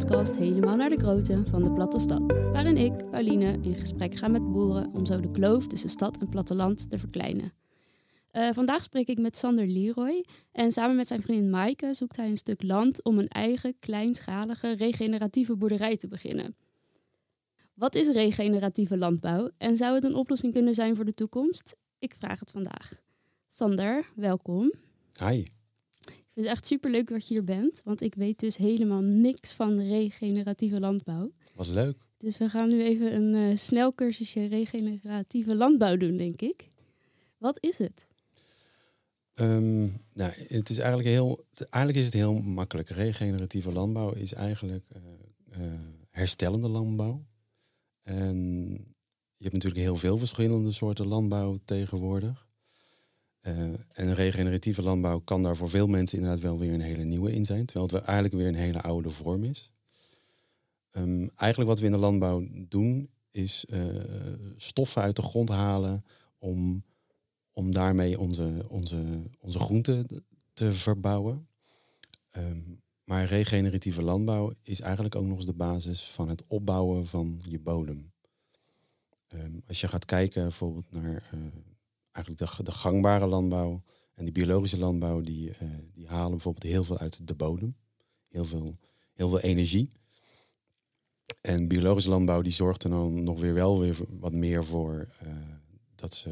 podcast Helemaal naar de Grootte van de Platte Stad. Waarin ik, Pauline, in gesprek ga met boeren om zo de kloof tussen stad en platteland te verkleinen. Vandaag spreek ik met Sander Leroy en samen met zijn vriendin Maaike zoekt hij een stuk land om een eigen, kleinschalige, regeneratieve boerderij te beginnen. Wat is regeneratieve landbouw en zou het een oplossing kunnen zijn voor de toekomst? Ik vraag het vandaag. Sander, welkom. Hi. Ik vind het echt superleuk dat je hier bent, want ik weet dus helemaal niks van regeneratieve landbouw. Wat leuk. Dus we gaan nu even een snelcursusje regeneratieve landbouw doen, denk ik. Wat is het? Het is eigenlijk is het heel makkelijk. Regeneratieve landbouw is eigenlijk herstellende landbouw. En je hebt natuurlijk heel veel verschillende soorten landbouw tegenwoordig. En regeneratieve landbouw kan daar voor veel mensen inderdaad wel weer een hele nieuwe in zijn. Terwijl het wel eigenlijk weer een hele oude vorm is. Eigenlijk wat we in de landbouw doen is stoffen uit de grond halen om daarmee onze groenten te verbouwen. Maar regeneratieve landbouw is eigenlijk ook nog eens de basis van het opbouwen van je bodem. Als je gaat kijken bijvoorbeeld naar eigenlijk de gangbare landbouw en de biologische landbouw, die halen bijvoorbeeld heel veel uit de bodem. Heel veel energie. En biologische landbouw die zorgt er dan nog weer wat meer voor dat ze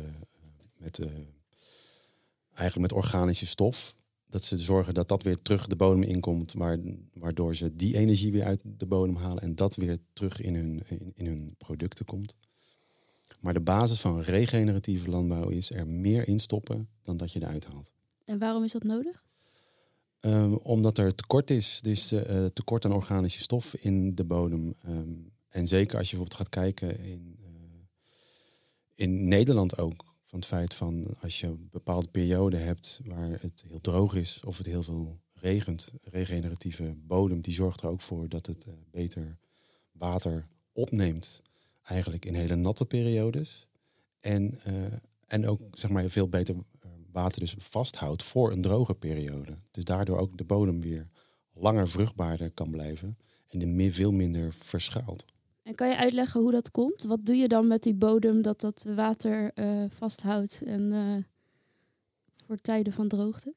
met organische stof, dat ze zorgen dat dat weer terug de bodem inkomt, waardoor ze die energie weer uit de bodem halen en dat weer terug in hun producten komt. Maar de basis van regeneratieve landbouw is er meer in stoppen dan dat je eruit haalt. En waarom is dat nodig? Omdat er tekort is. Er is tekort aan organische stof in de bodem. En zeker als je bijvoorbeeld gaat kijken in Nederland ook. Van het feit van als je een bepaalde periode hebt waar het heel droog is of het heel veel regent. Regeneratieve bodem die zorgt er ook voor dat het beter water opneemt. Eigenlijk in hele natte periodes. En ook zeg maar veel beter water dus vasthoudt voor een droge periode. Dus daardoor ook de bodem weer langer vruchtbaarder kan blijven. En veel minder verschuilt. En kan je uitleggen hoe dat komt? Wat doe je dan met die bodem dat water vasthoudt en voor tijden van droogte?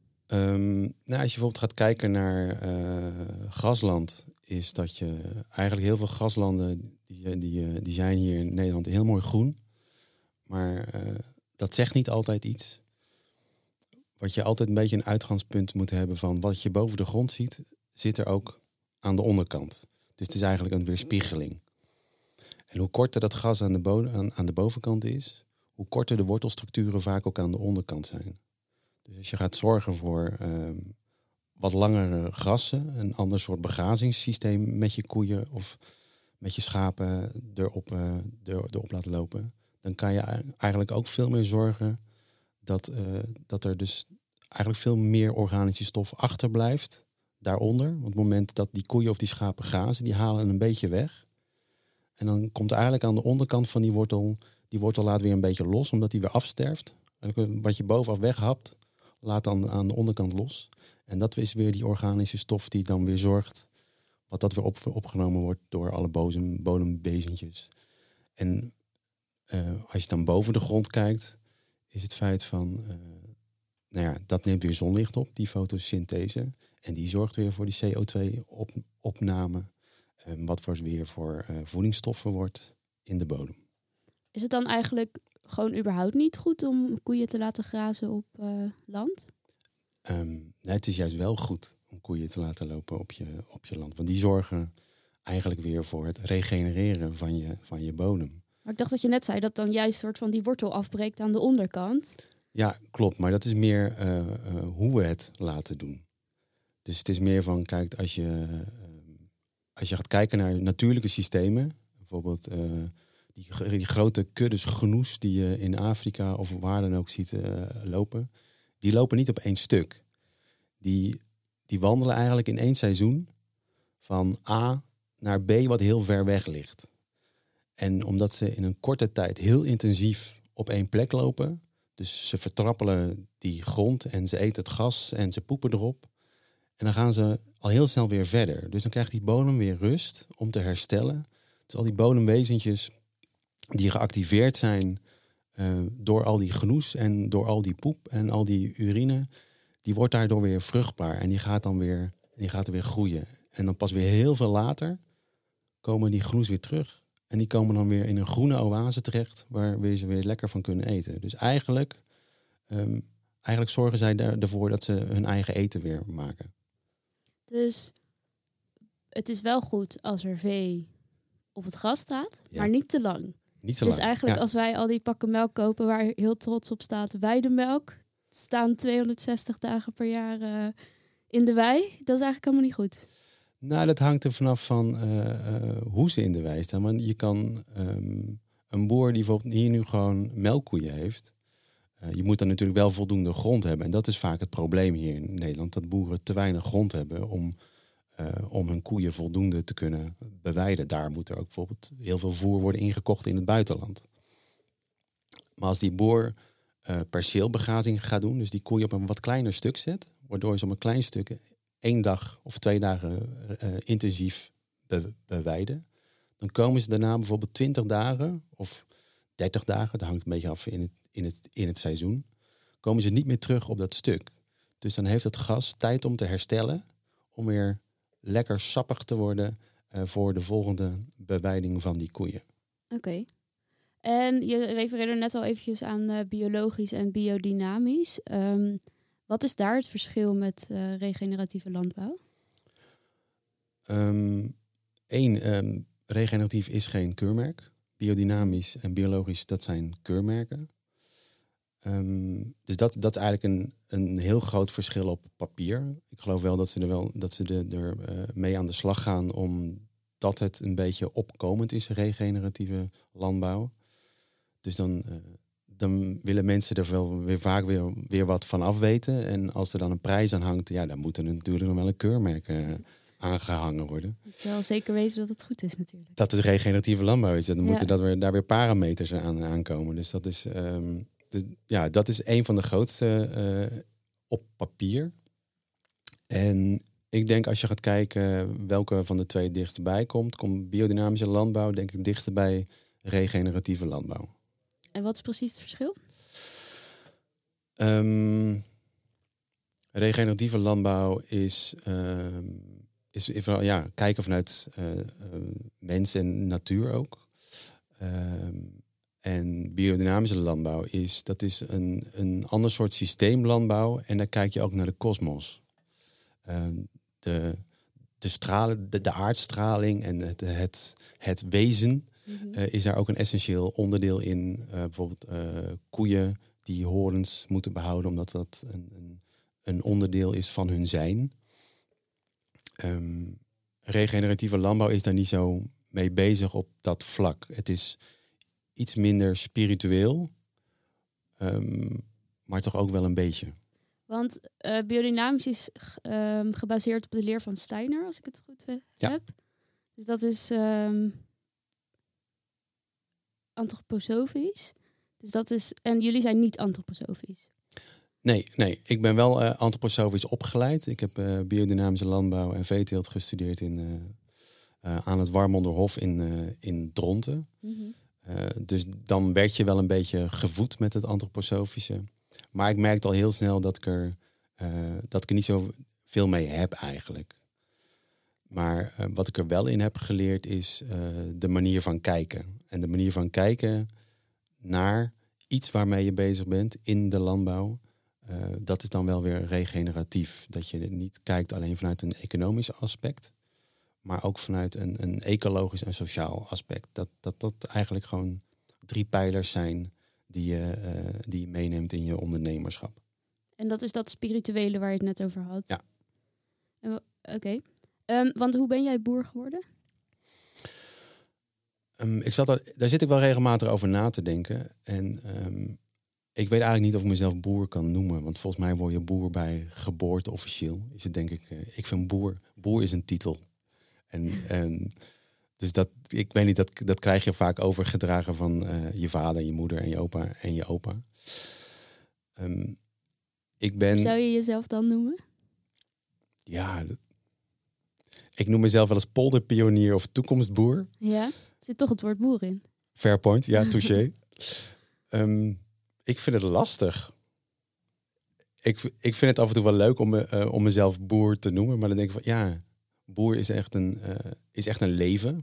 Als je bijvoorbeeld gaat kijken naar grasland, is dat je eigenlijk heel veel graslanden die zijn hier in Nederland heel mooi groen. Maar dat zegt niet altijd iets. Wat je altijd een beetje een uitgangspunt moet hebben van wat je boven de grond ziet, zit er ook aan de onderkant. Dus het is eigenlijk een weerspiegeling. En hoe korter dat gras aan de bovenkant is, hoe korter de wortelstructuren vaak ook aan de onderkant zijn. Dus als je gaat zorgen voor wat langere grassen, een ander soort begrazingssysteem met je koeien of met je schapen erop laten lopen, dan kan je eigenlijk ook veel meer zorgen dat er dus eigenlijk veel meer organische stof achterblijft daaronder. Want op het moment dat die koeien of die schapen grazen, die halen een beetje weg. En dan komt eigenlijk aan de onderkant van die wortel laat weer een beetje los, omdat die weer afsterft. Wat je bovenaf weghapt, laat dan aan de onderkant los. En dat is weer die organische stof die dan weer zorgt wat dat weer opgenomen wordt door alle bodembezentjes. En als je dan boven de grond kijkt, is het feit van dat neemt weer zonlicht op, die fotosynthese. En die zorgt weer voor die CO2-opname. Wat weer voor voedingsstoffen wordt in de bodem. Is het dan eigenlijk gewoon überhaupt niet goed om koeien te laten grazen op land? Het is juist wel goed om koeien te laten lopen op je land. Want die zorgen eigenlijk weer voor het regenereren van je bodem. Maar ik dacht dat je net zei dat dan juist soort van die wortel afbreekt aan de onderkant. Ja, klopt. Maar dat is meer hoe we het laten doen. Dus het is meer van, kijk, als je gaat kijken naar natuurlijke systemen, bijvoorbeeld die grote kuddes genoes die je in Afrika of waar dan ook ziet lopen, die lopen niet op één stuk. Die wandelen eigenlijk in één seizoen van A naar B wat heel ver weg ligt. En omdat ze in een korte tijd heel intensief op één plek lopen, dus ze vertrappelen die grond en ze eten het gras en ze poepen erop. En dan gaan ze al heel snel weer verder. Dus dan krijgt die bodem weer rust om te herstellen. Dus al die bodemwezentjes die geactiveerd zijn door al die genoes en door al die poep en al die urine, die wordt daardoor weer vruchtbaar en die gaat er weer groeien. En dan pas weer heel veel later komen die genoes weer terug. En die komen dan weer in een groene oase terecht, waar we ze weer lekker van kunnen eten. Dus eigenlijk zorgen zij ervoor dat ze hun eigen eten weer maken. Dus het is wel goed als er vee op het gras staat, maar niet te lang. Niet te dus lang. eigenlijk als wij al die pakken melk kopen waar heel trots op staat, weidemelk, staan 260 dagen per jaar in de wei. Dat is eigenlijk helemaal niet goed. Nou, dat hangt er vanaf van hoe ze in de wei staan. Want je kan een boer die bijvoorbeeld hier nu gewoon melkkoeien heeft, je moet dan natuurlijk wel voldoende grond hebben. En dat is vaak het probleem hier in Nederland, dat boeren te weinig grond hebben om hun koeien voldoende te kunnen beweiden. Daar moet er ook bijvoorbeeld heel veel voer worden ingekocht in het buitenland. Maar als die boer perceelbegrazing gaat doen, dus die koeien op een wat kleiner stuk zet, waardoor ze op een klein stuk 1 dag of 2 dagen intensief beweiden, dan komen ze daarna bijvoorbeeld 20 dagen of 30 dagen, dat hangt een beetje af in het seizoen, komen ze niet meer terug op dat stuk. Dus dan heeft het gras tijd om te herstellen, om weer lekker sappig te worden voor de volgende beweiding van die koeien. Oké. En je refereerde net al eventjes aan biologisch en biodynamisch. Wat is daar het verschil met regeneratieve landbouw? Regeneratief is geen keurmerk. Biodynamisch en biologisch, dat zijn keurmerken. Dus dat is eigenlijk een heel groot verschil op papier. Ik geloof wel dat ze er mee aan de slag gaan, omdat het een beetje opkomend is, regeneratieve landbouw. Dus dan willen mensen er wel weer vaak weer wat van afweten. En als er dan een prijs aan hangt, ja, dan moet er natuurlijk nog wel een keurmerk aangehangen worden. Het is wel zeker weten dat het goed is natuurlijk. Dat het regeneratieve landbouw is. Dan moeten daar weer parameters aan aankomen. Dus dat is, dat is een van de grootste op papier. En ik denk als je gaat kijken welke van de 2 het dichtst bij komt biodynamische landbouw denk ik dichtst bij regeneratieve landbouw. En wat is precies het verschil? Regeneratieve landbouw is kijken vanuit mens en natuur ook. En biodynamische landbouw is een ander soort systeemlandbouw. En daar kijk je ook naar de kosmos. De aardstraling en het wezen is daar ook een essentieel onderdeel in. Bijvoorbeeld koeien die horens moeten behouden, omdat dat een onderdeel is van hun zijn. Regeneratieve landbouw is daar niet zo mee bezig op dat vlak. Het is iets minder spiritueel, maar toch ook wel een beetje. Want biodynamisch is gebaseerd op de leer van Steiner, als ik het goed heb. Dus dat is antroposofisch. Dus dat is, en jullie zijn niet antroposofisch. Nee. Ik ben wel antroposofisch opgeleid. Ik heb biodynamische landbouw en veeteelt gestudeerd aan het Warmonderhof in Dronten. Mm-hmm. Dus dan werd je wel een beetje gevoed met het antroposofische. Maar ik merkte al heel snel dat ik er niet zo veel mee heb eigenlijk. Maar wat ik er wel in heb geleerd is de manier van kijken. En de manier van kijken naar iets waarmee je bezig bent in de landbouw. Dat is dan wel weer regeneratief. Dat je niet kijkt alleen vanuit een economisch aspect, maar ook vanuit een ecologisch en sociaal aspect. Dat eigenlijk gewoon 3 pijlers zijn die je meeneemt in je ondernemerschap. En dat is dat spirituele waar je het net over had? Ja. Oké. Want hoe ben jij boer geworden? Daar zit ik wel regelmatig over na te denken. En ik weet eigenlijk niet of ik mezelf boer kan noemen. Want volgens mij word je boer bij geboorte officieel. Is het denk ik. Ik vind boer is een titel. Dus ik weet niet, dat krijg je vaak overgedragen van je vader, je moeder en je opa en je opa. Hoe zou je jezelf dan noemen? Ja, ik noem mezelf wel eens polderpionier of toekomstboer. Ja, zit toch het woord boer in. Fair point, ja, touché. Ik vind het lastig. Ik vind het af en toe wel leuk om mezelf boer te noemen. Maar dan denk ik van, ja, boer is echt een leven.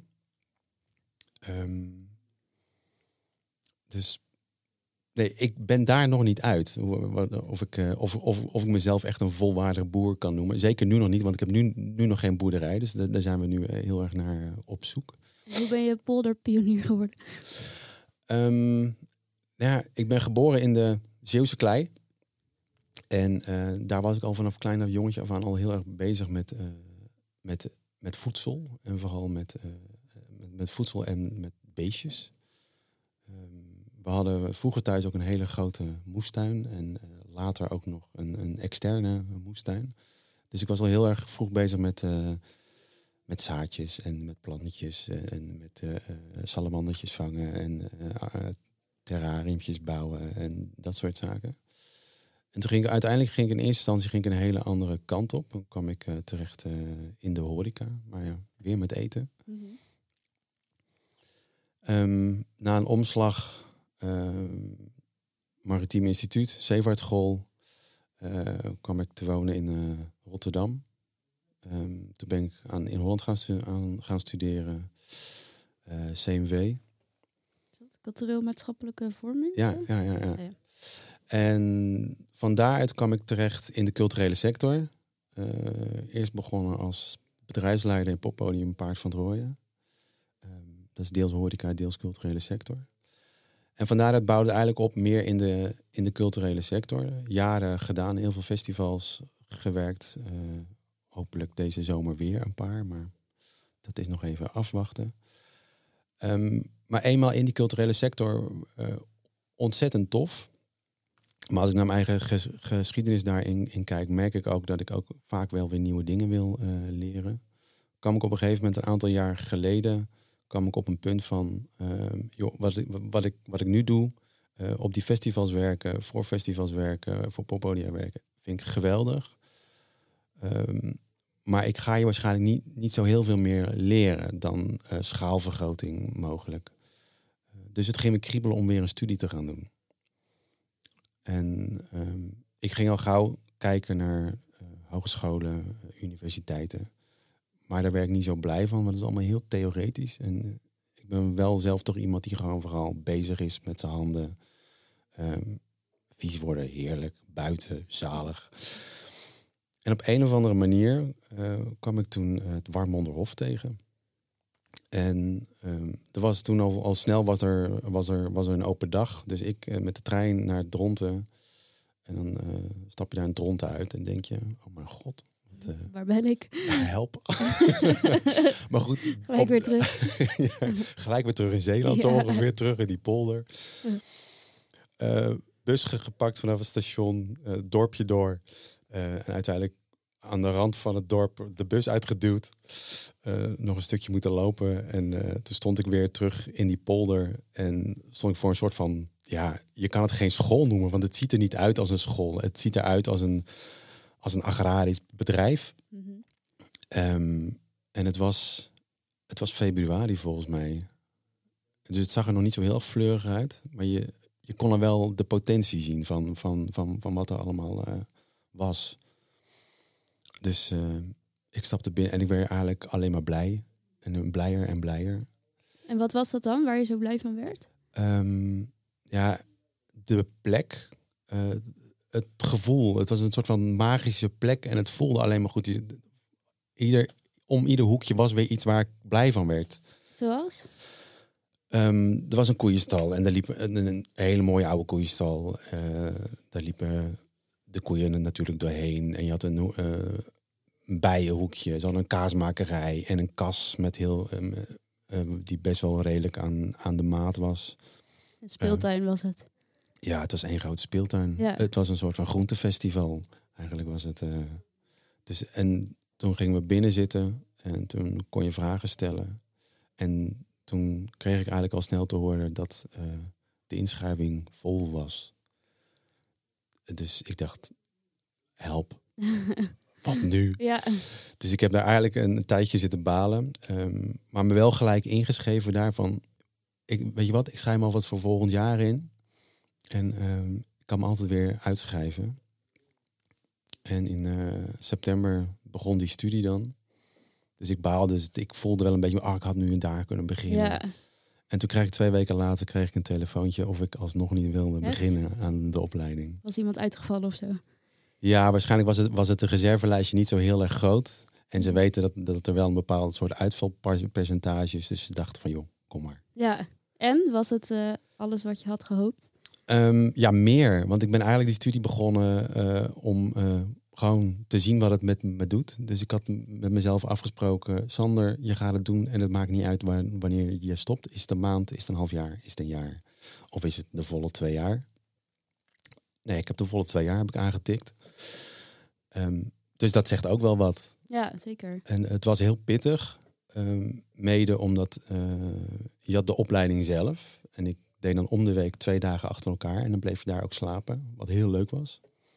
Dus nee, ik ben daar nog niet uit. Of ik mezelf echt een volwaardige boer kan noemen. Zeker nu nog niet, want ik heb nu nog geen boerderij. Dus daar zijn we nu heel erg naar op zoek. Hoe ben je polderpionier geworden? Ja, ik ben geboren in de Zeeuwse Klei. En daar was ik al vanaf klein jongetje af aan al heel erg bezig met voedsel. En vooral met voedsel en met beestjes. We hadden vroeger thuis ook een hele grote moestuin. En later ook nog een externe moestuin. Dus ik was al heel erg vroeg bezig met zaadjes en met plantjes. En met salamandertjes vangen en terrariumpjes bouwen en dat soort zaken. En toen ging ik in eerste instantie een hele andere kant op. Dan kwam ik terecht in de horeca. Maar ja, weer met eten. Mm-hmm. Na een omslag, Maritiem Instituut, Zeevaartschool, kwam ik te wonen in Rotterdam. Toen ben ik in Holland gaan studeren, CMW. Cultureel-maatschappelijke vorming? Ja. En van daaruit kwam ik terecht in de culturele sector. Eerst begonnen als bedrijfsleider in poppodium Paard van Troje. Dat is deels horeca, deels culturele sector. En van daaruit bouwde het eigenlijk op meer in de culturele sector. Jaren gedaan, heel veel festivals gewerkt. Hopelijk deze zomer weer een paar, maar dat is nog even afwachten. Maar eenmaal in die culturele sector ontzettend tof. Maar als ik naar mijn eigen geschiedenis daarin kijk, merk ik ook dat ik ook vaak wel weer nieuwe dingen wil leren. Kwam ik op een gegeven moment, een aantal jaar geleden, kwam ik op een punt van, wat ik nu doe, op die festivals werken, voor poppodia werken, vind ik geweldig. Maar ik ga je waarschijnlijk niet zo heel veel meer leren dan schaalvergroting mogelijk. Dus het ging me kriebelen om weer een studie te gaan doen. En ik ging al gauw kijken naar hogescholen, universiteiten. Maar daar werd ik niet zo blij van, want het is allemaal heel theoretisch. En ik ben wel zelf toch iemand die gewoon vooral bezig is met zijn handen. Vies worden, heerlijk, buiten, zalig. En op een of andere manier kwam ik toen het Warmonderhof tegen. En er was toen al snel was er een open dag. Dus ik met de trein naar Dronten. En dan stap je daar in Dronten uit en denk je, oh mijn god. Waar ben ik? Ja, help. Maar goed. Gelijk weer terug. Ja, gelijk weer terug in Zeeland, zo ongeveer terug in die polder. Bus gepakt vanaf het station, dorpje door. En uiteindelijk aan de rand van het dorp de bus uitgeduwd. Nog een stukje moeten lopen. En toen stond ik weer terug in die polder. En stond ik voor een soort van, ja, je kan het geen school noemen, want het ziet er niet uit als een school. Het ziet eruit als een agrarisch bedrijf. Mm-hmm. En het was februari volgens mij. Dus het zag er nog niet zo heel fleurig uit. Maar je kon er wel de potentie zien van wat er allemaal was. Dus ik stapte binnen en ik werd eigenlijk alleen maar blij. En blijer en blijer. En wat was dat dan, waar je zo blij van werd? Ja, de plek. Het gevoel. Het was een soort van magische plek. En het voelde alleen maar goed. Om ieder hoekje was weer iets waar ik blij van werd. Zoals? Er was een koeienstal. En daar liep een hele mooie oude koeienstal. Daar liepen de koeien natuurlijk doorheen. En je had een bijenhoekje. Ze hadden een kaasmakerij. En een kas met die best wel redelijk aan de maat was. Een speeltuin was het. Ja, het was één grote speeltuin. Ja. Het was een soort van groentefestival. Eigenlijk was het. En toen gingen we binnen zitten. En toen kon je vragen stellen. En toen kreeg ik eigenlijk al snel te horen dat de inschrijving vol was. Dus ik dacht, help. wat nu? Ja. Dus ik heb daar eigenlijk een tijdje zitten balen. Maar me wel gelijk ingeschreven daarvan. Weet je wat, ik schrijf me al wat voor volgend jaar in. En ik kan me altijd weer uitschrijven. En in september begon die studie dan. Dus ik baalde. Dus ik voelde wel een beetje, ik had nu en daar kunnen beginnen. Ja. En toen kreeg ik 2 weken later een telefoontje of ik alsnog niet wilde beginnen aan de opleiding. Was iemand uitgevallen of zo? Ja, waarschijnlijk was het een reservelijstje niet zo heel erg groot. En ze weten dat er wel een bepaald soort uitvalpercentage is. Dus ze dachten van, joh, kom maar. Ja, en was het alles wat je had gehoopt? Ja, meer. Want ik ben eigenlijk die studie begonnen om gewoon te zien wat het met me doet. Dus ik had met mezelf afgesproken, Sander, je gaat het doen en het maakt niet uit wanneer je stopt. Is het een maand, is het een half jaar, is het een jaar? Of is het de volle 2 jaar? Nee, ik heb de volle 2 jaar heb ik aangetikt. Dus dat zegt ook wel wat. Ja, zeker. En het was heel pittig. Mede omdat je had de opleiding zelf. En ik deed dan om de week 2 dagen achter elkaar. En dan bleef je daar ook slapen. Wat heel leuk was.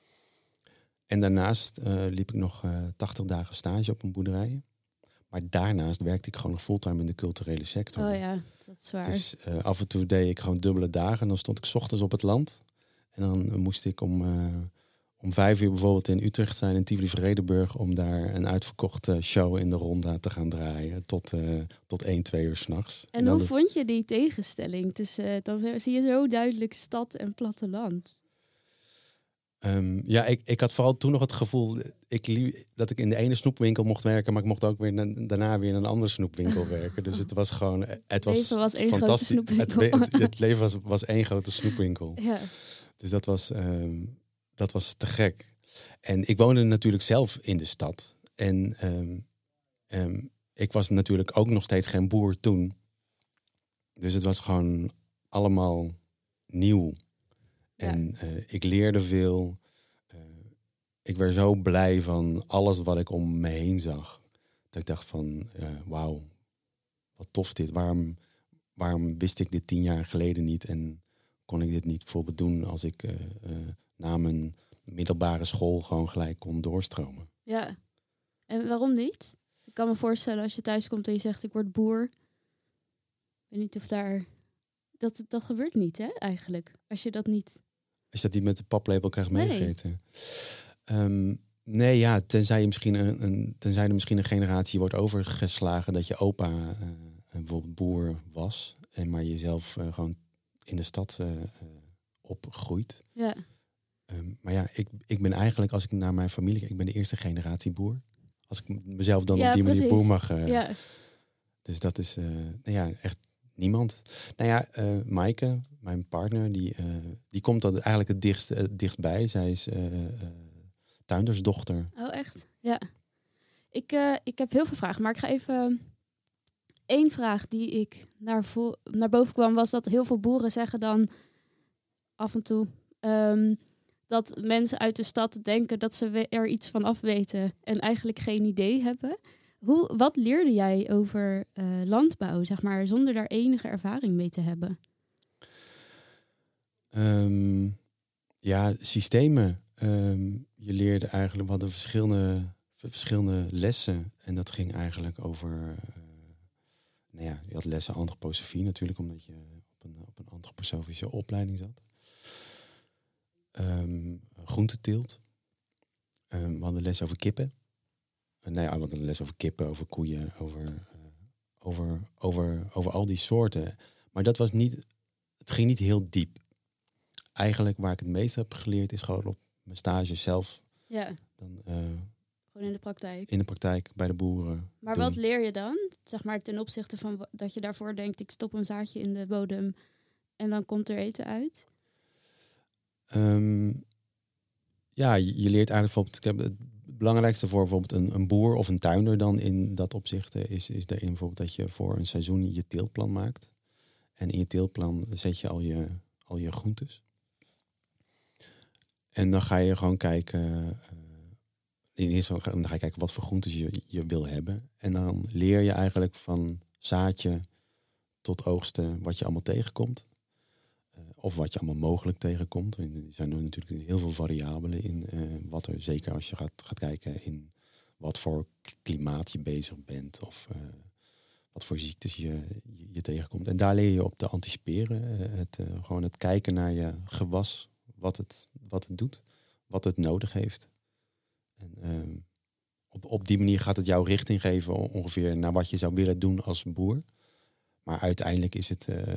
En daarnaast liep ik nog 80 dagen stage op een boerderij. Maar daarnaast werkte ik gewoon nog fulltime in de culturele sector. Oh ja, dat is waar. Dus af en toe deed ik gewoon dubbele dagen. En dan stond ik 's ochtends op het land. En dan moest ik om 5 uur bijvoorbeeld in Utrecht zijn, in Tivoli-Vredenburg, om daar een uitverkochte show in de Ronda te gaan draaien. Tot 1, 2 uur 's nachts. En hoe vond je die tegenstelling tussen, dan zie je zo duidelijk stad en platteland? Ja, ik had vooral toen nog het gevoel dat ik in de ene snoepwinkel mocht werken, maar ik mocht ook weer daarna weer in een andere snoepwinkel werken. Dus het was gewoon, het was één fantastisch. Grote snoepwinkel. Het leven was één grote snoepwinkel. Ja. Dus dat was te gek. En ik woonde natuurlijk zelf in de stad. En ik was natuurlijk ook nog steeds geen boer toen. Dus het was gewoon allemaal nieuw. Ja. En ik leerde veel. Ik werd zo blij van alles wat ik om me heen zag. Dat ik dacht van, wauw, wat tof dit. Waarom wist ik dit 10 jaar geleden niet? En kon ik dit niet bijvoorbeeld doen als ik na mijn middelbare school gewoon gelijk kon doorstromen? Ja, en waarom niet? Ik kan me voorstellen als je thuis komt en je zegt ik word boer. Ik weet niet of daar... Dat gebeurt niet, hè, eigenlijk. Als je dat niet met de paplepel krijgt meegegeten. Nee, ja, tenzij er misschien een generatie wordt overgeslagen dat je opa bijvoorbeeld boer was. Maar jezelf gewoon in de stad opgroeit. Ja. Maar ja, ik ben eigenlijk, als ik naar mijn familie kijk, ik ben de eerste generatie boer. Als ik mezelf dan op die manier boer mag. Dus dat is echt niemand. Nou ja, Maaike, mijn partner, die komt dat eigenlijk het dichtstbij. Zij is tuindersdochter. Oh, echt? Ja. Ik heb heel veel vragen, maar ik ga even... Eén vraag die ik naar boven kwam, was dat heel veel boeren zeggen dan af en toe dat mensen uit de stad denken dat ze er iets van af weten en eigenlijk geen idee hebben. Wat leerde jij over landbouw, zeg maar, zonder daar enige ervaring mee te hebben? Ja, systemen. Je leerde eigenlijk, we hadden verschillende lessen. En dat ging eigenlijk over... je had lessen antroposofie natuurlijk, omdat je op een antroposofische opleiding zat. Groenteteelt. We hadden les over kippen. We hadden les over kippen, over koeien, over al die soorten. Maar het ging niet heel diep. Eigenlijk waar ik het meest heb geleerd is gewoon op mijn stage zelf. Ja. Dan, gewoon in de praktijk. In de praktijk, bij de boeren. Maar wat leer je dan? Zeg maar ten opzichte van dat je daarvoor denkt, ik stop een zaadje in de bodem en dan komt er eten uit? Je leert eigenlijk bijvoorbeeld... Het belangrijkste voor bijvoorbeeld een boer of een tuinder dan in dat opzicht is daarin bijvoorbeeld dat je voor een seizoen je teeltplan maakt. En in je teeltplan zet je al je groentes. En dan ga je gewoon kijken... Dan ga je kijken wat voor groentes je wil hebben. En dan leer je eigenlijk van zaadje tot oogsten wat je allemaal tegenkomt. Of wat je allemaal mogelijk tegenkomt. En er zijn er natuurlijk heel veel variabelen in. Wat er, zeker als je gaat kijken in wat voor klimaat je bezig bent of wat voor ziektes je tegenkomt. En daar leer je op te anticiperen. Gewoon het kijken naar je gewas, wat het doet, wat het nodig heeft. En op die manier gaat het jou richting geven ongeveer naar wat je zou willen doen als boer. Maar uiteindelijk is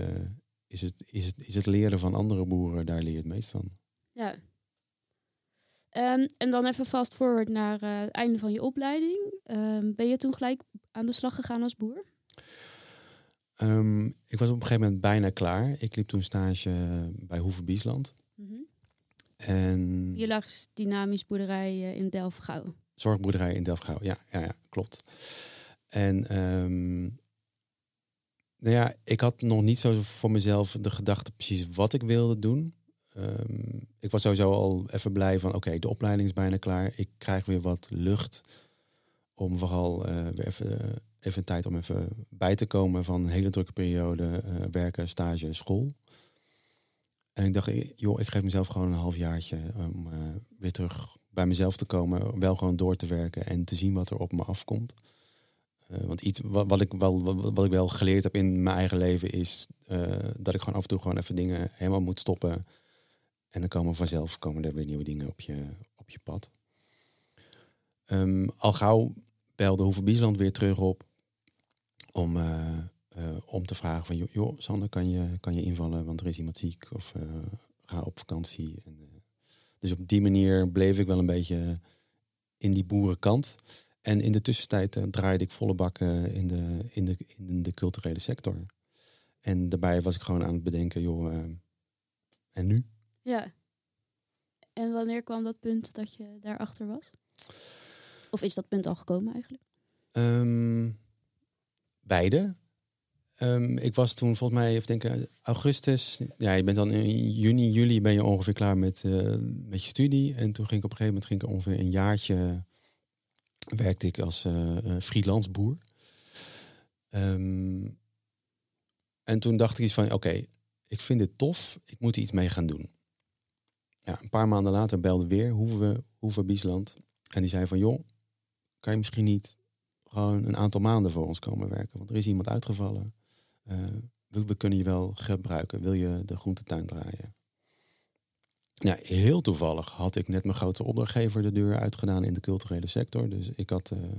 het leren van andere boeren, daar leer je het meest van. Ja. En dan even fast forward naar het einde van je opleiding. Ben je toen gelijk aan de slag gegaan als boer? Ik was op een gegeven moment bijna klaar. Ik liep toen stage bij Hoeve Biesland. Mm-hmm. En Biologisch dynamisch boerderij in Delfgauw. Zorgboerderij in Delfgauw, ja, klopt. En ik had nog niet zo voor mezelf de gedachte precies wat ik wilde doen. Ik was sowieso al even blij van oké, de opleiding is bijna klaar. Ik krijg weer wat lucht om vooral weer even tijd om even bij te komen van een hele drukke periode werken, stage, school. En ik dacht, joh, ik geef mezelf gewoon een halfjaartje om weer terug bij mezelf te komen. Wel gewoon door te werken en te zien wat er op me afkomt. Want iets wat ik wel geleerd heb in mijn eigen leven is dat ik gewoon af en toe gewoon even dingen helemaal moet stoppen. En dan komen er weer nieuwe dingen op je pad. Al gauw belde Hoeve Biesland weer terug op om te vragen van joh, Sander, kan je invallen, want er is iemand ziek of ga op vakantie. Dus op die manier bleef ik wel een beetje in die boerenkant. En in de tussentijd draaide ik volle bak in de culturele sector. En daarbij was ik gewoon aan het bedenken, joh, en nu? Ja. En wanneer kwam dat punt dat je daarachter was? Of is dat punt al gekomen eigenlijk? Beide. Ik was toen volgens mij, even denken, augustus. Ja, je bent dan in juni, juli ben je ongeveer klaar met je studie. En toen ging ik op een gegeven moment ongeveer een jaartje werkte ik als freelance boer. En toen dacht ik iets van, oké, ik vind dit tof. Ik moet er iets mee gaan doen. Ja, een paar maanden later belde weer Hoeve Biesland. En die zei van, joh, kan je misschien niet gewoon een aantal maanden voor ons komen werken? Want er is iemand uitgevallen. We kunnen je wel gebruiken. Wil je de groentetuin draaien? Ja, heel toevallig had ik net mijn grootste opdrachtgever de deur uitgedaan in de culturele sector. Dus ik had 60%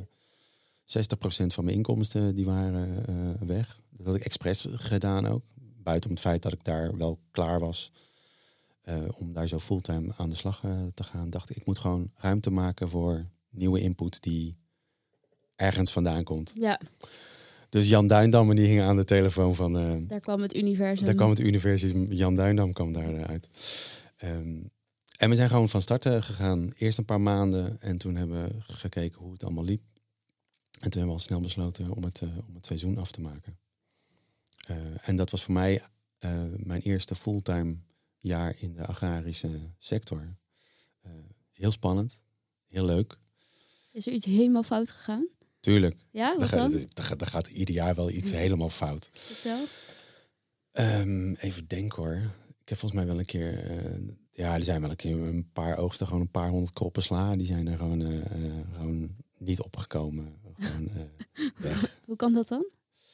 van mijn inkomsten die waren weg. Dat had ik expres gedaan ook. Buiten het feit dat ik daar wel klaar was om daar zo fulltime aan de slag te gaan. Dacht ik moet gewoon ruimte maken voor nieuwe input die ergens vandaan komt. Ja. Dus Jan Duindam die hing aan de telefoon van... daar kwam het universum. Daar kwam het universum. Jan Duindam kwam daaruit. En we zijn gewoon van start gegaan. Eerst een paar maanden en toen hebben we gekeken hoe het allemaal liep. En toen hebben we al snel besloten om het seizoen af te maken. En dat was voor mij mijn eerste fulltime jaar in de agrarische sector. Heel spannend, heel leuk. Is er iets helemaal fout gegaan? Tuurlijk. Ja, wat dan? Er gaat ieder jaar wel iets helemaal fout. Vertel. Even denken hoor. Ik heb volgens mij wel een keer... er zijn wel een keer een paar oogsten, gewoon een paar honderd kroppen sla. Die zijn er gewoon niet opgekomen. Gewoon weg. Hoe kan dat dan?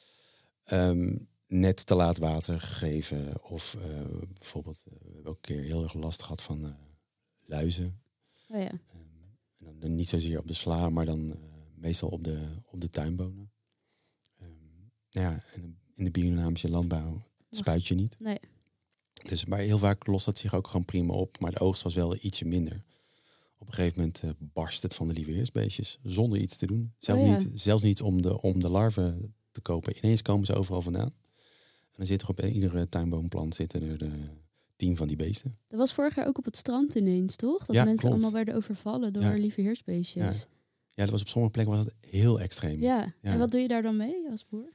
Net te laat water gegeven. Of bijvoorbeeld, we hebben ook een keer heel erg last gehad van luizen. Oh ja. En dan niet zozeer op de sla, maar dan meestal op de tuinbonen. En in de biodynamische landbouw spuit je niet. Nee. Dus, maar heel vaak lost dat zich ook gewoon prima op. Maar de oogst was wel ietsje minder. Op een gegeven moment barst het van de lieveheersbeestjes. Zonder iets te doen. Zelfs niet om de larven te kopen. Ineens komen ze overal vandaan. En dan zit er op iedere tuinboomplant zitten er 10 van die beesten. Dat was vorig jaar ook op het strand ineens, toch? Dat mensen klopt. allemaal werden overvallen door lieveheersbeestjes. Ja, dat was op sommige plekken was het heel extreem. Ja. En wat doe je daar dan mee als boer?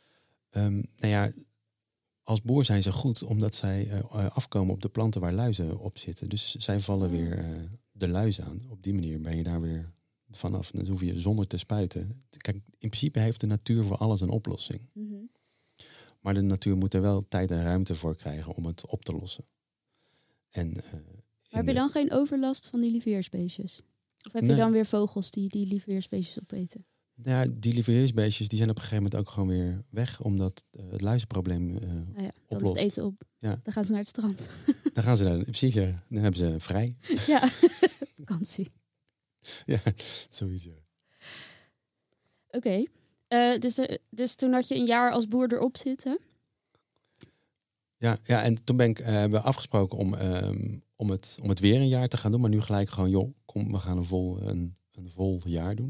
Als boer zijn ze goed omdat zij afkomen op de planten waar luizen op zitten. Dus zij vallen weer de luizen aan. Op die manier ben je daar weer vanaf. Dan hoef je zonder te spuiten. Kijk, in principe heeft de natuur voor alles een oplossing. Mm-hmm. Maar de natuur moet er wel tijd en ruimte voor krijgen om het op te lossen. En, maar heb je dan geen overlast van die lieveheersbeestjes? Of heb je dan weer vogels die lieveheersbeestjes opeten? Ja, die lieveheersbeestjes die zijn op een gegeven moment ook gewoon weer weg, omdat het luizenprobleem Dan oplost. is het eten op. Ja. Dan gaan ze naar het strand. Dan gaan ze naar, precies, ja. Dan hebben ze vrij. Ja, vakantie. Ja, zoiets, ja. Oké. Dus toen had je een jaar als boer erop zitten? Ja, en toen hebben we afgesproken om het weer een jaar te gaan doen. Maar nu gelijk gewoon, joh, kom, we gaan een vol jaar doen.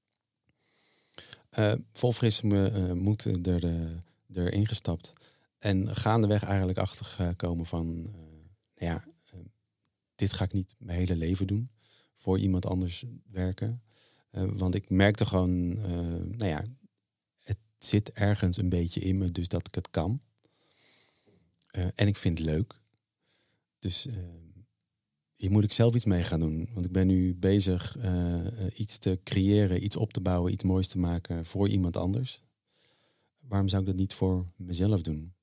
Vol frisse moed erin gestapt. En gaandeweg eigenlijk achtergekomen van, dit ga ik niet mijn hele leven doen. Voor iemand anders werken. Want ik merkte gewoon, het zit ergens een beetje in me, dus dat ik het kan. En ik vind het leuk. Dus hier moet ik zelf iets mee gaan doen. Want ik ben nu bezig iets te creëren, iets op te bouwen, iets moois te maken voor iemand anders. Waarom zou ik dat niet voor mezelf doen?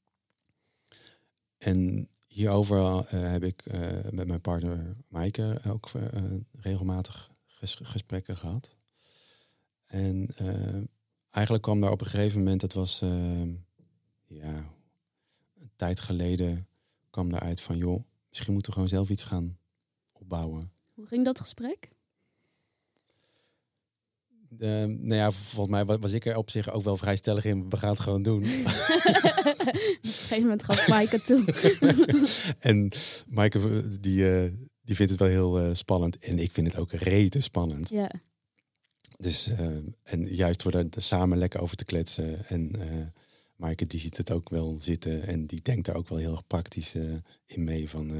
En hierover heb ik met mijn partner Maaike ook regelmatig gesprekken gehad. En eigenlijk kwam daar op een gegeven moment, dat was een tijd geleden, kwam daaruit van, joh, misschien moeten we gewoon zelf iets gaan opbouwen. Hoe ging dat gesprek? Volgens mij was ik er op zich ook wel vrij stellig in. We gaan het gewoon doen. Op een gegeven moment gaf Maaike toe. En Maaike, die vindt het wel heel spannend. En ik vind het ook rete spannend. Ja. Dus, en juist door daar samen lekker over te kletsen. En Maaike, die ziet het ook wel zitten. En die denkt daar ook wel heel erg praktisch in mee. Van,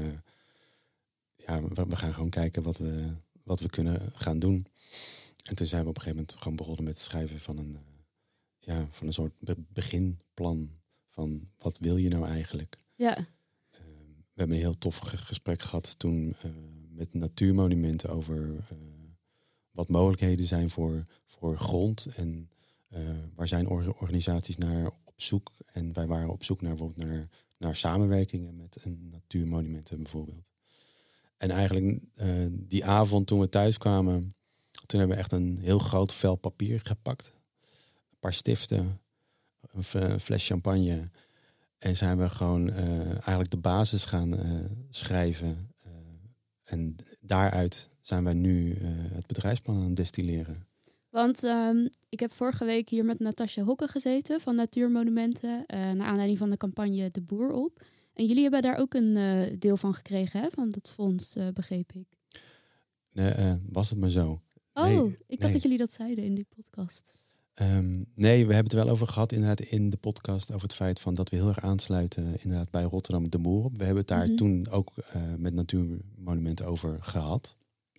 we gaan gewoon kijken wat we kunnen gaan doen. En toen zijn we op een gegeven moment gewoon begonnen met het schrijven van een soort beginplan. Van wat wil je nou eigenlijk? Ja. We hebben een heel tof gesprek gehad toen met natuurmonumenten over wat mogelijkheden zijn voor grond. En waar zijn organisaties naar op zoek. En wij waren op zoek naar bijvoorbeeld naar samenwerkingen met een natuurmonumenten bijvoorbeeld. En eigenlijk die avond toen we thuis kwamen, toen hebben we echt een heel groot vel papier gepakt. Een paar stiften, een fles champagne. En zijn we gewoon eigenlijk de basis gaan schrijven. En daaruit zijn wij nu het bedrijfsplan aan het destilleren. Want ik heb vorige week hier met Natasja Hokke gezeten van Natuurmonumenten. Naar aanleiding van de campagne De Boer op. En jullie hebben daar ook een deel van gekregen, hè? Van dat fonds, begreep ik. Was het maar zo. Oh, ik dacht dat jullie dat zeiden in die podcast. Nee, we hebben het er wel over gehad inderdaad in de podcast. Over het feit van dat we heel erg aansluiten inderdaad bij Rotterdam De Boer op. We hebben het daar toen ook met Natuurmonumenten over gehad.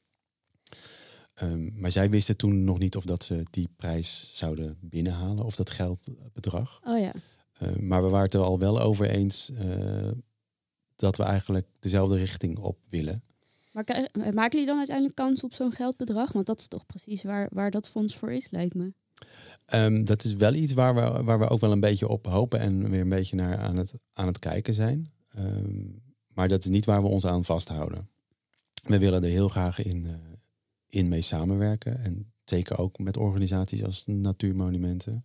Maar zij wisten toen nog niet of dat ze die prijs zouden binnenhalen. Of dat geldbedrag. Oh ja. Maar we waren het er al wel over eens dat we eigenlijk dezelfde richting op willen. Maar maken jullie dan uiteindelijk kans op zo'n geldbedrag? Want dat is toch precies waar dat fonds voor is, lijkt me. Dat is wel iets waar we ook wel een beetje op hopen en weer een beetje naar aan het kijken zijn. Maar dat is niet waar we ons aan vasthouden. We willen er heel graag in mee samenwerken. En zeker ook met organisaties als Natuurmonumenten.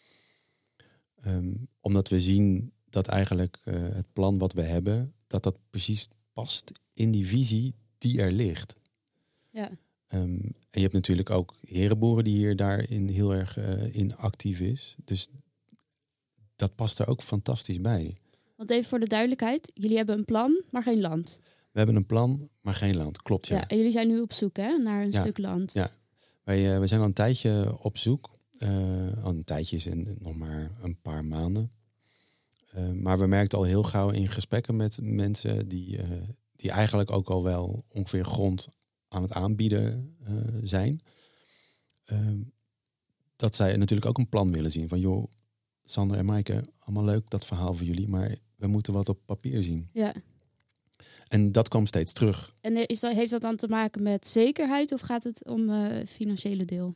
Omdat we zien dat eigenlijk het plan wat we hebben, dat precies past in die visie die er ligt. Ja. En je hebt natuurlijk ook herenboeren die daarin heel erg in actief is. Dus dat past er ook fantastisch bij. Want even voor de duidelijkheid, jullie hebben een plan, maar geen land. We hebben een plan, maar geen land. Klopt, ja. Ja, en jullie zijn nu op zoek, hè, naar een stuk land. Ja, wij zijn al een tijdje op zoek. Al een tijdje is nog maar een paar maanden. Maar we merkten al heel gauw in gesprekken met mensen die eigenlijk ook al wel ongeveer grond aan het aanbieden zijn. Dat zij natuurlijk ook een plan willen zien. Van joh, Sander en Maaike, allemaal leuk dat verhaal voor jullie. Maar we moeten wat op papier zien. Ja. En dat kwam steeds terug. En heeft dat dan te maken met zekerheid of gaat het om financiële deel?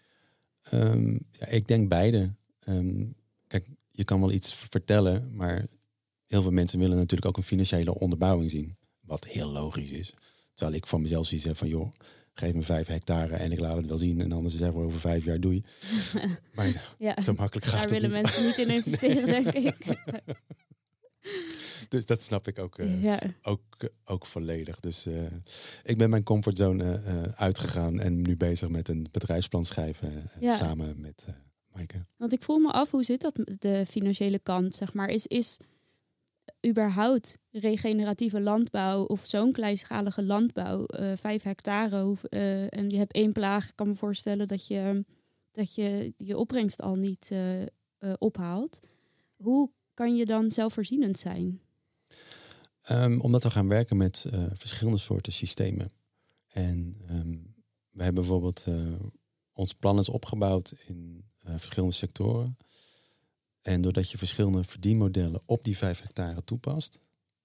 Ik denk beide. Kijk, je kan wel iets vertellen, maar heel veel mensen willen natuurlijk ook een financiële onderbouwing zien. Wat heel logisch is. Terwijl ik van mezelf zoiets heb van joh, geef me 5 hectare en ik laat het wel zien. En anders zeggen we over 5 jaar doei. Maar zo makkelijk gaat het niet. Daar willen mensen niet in investeren, denk ik. Dus dat snap ik ook volledig. Dus ik ben mijn comfortzone uitgegaan en nu bezig met een bedrijfsplan schrijven samen met Maaike. Want ik vroeg me af, hoe zit dat met de financiële kant? Zeg maar, is überhaupt regeneratieve landbouw of zo'n kleinschalige landbouw 5 hectare en je hebt 1 plaag, ik kan me voorstellen dat je opbrengst al niet ophaalt. Hoe kan je dan zelfvoorzienend zijn? Omdat we gaan werken met verschillende soorten systemen. En we hebben bijvoorbeeld ons plan is opgebouwd in verschillende sectoren. En doordat je verschillende verdienmodellen op die 5 hectare toepast,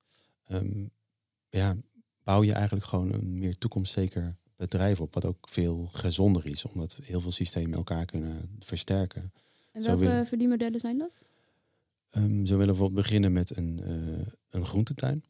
bouw je eigenlijk gewoon een meer toekomstzeker bedrijf op. Wat ook veel gezonder is, omdat heel veel systemen elkaar kunnen versterken. En welke verdienmodellen zijn dat? Zo willen we bijvoorbeeld beginnen met een groentetuin.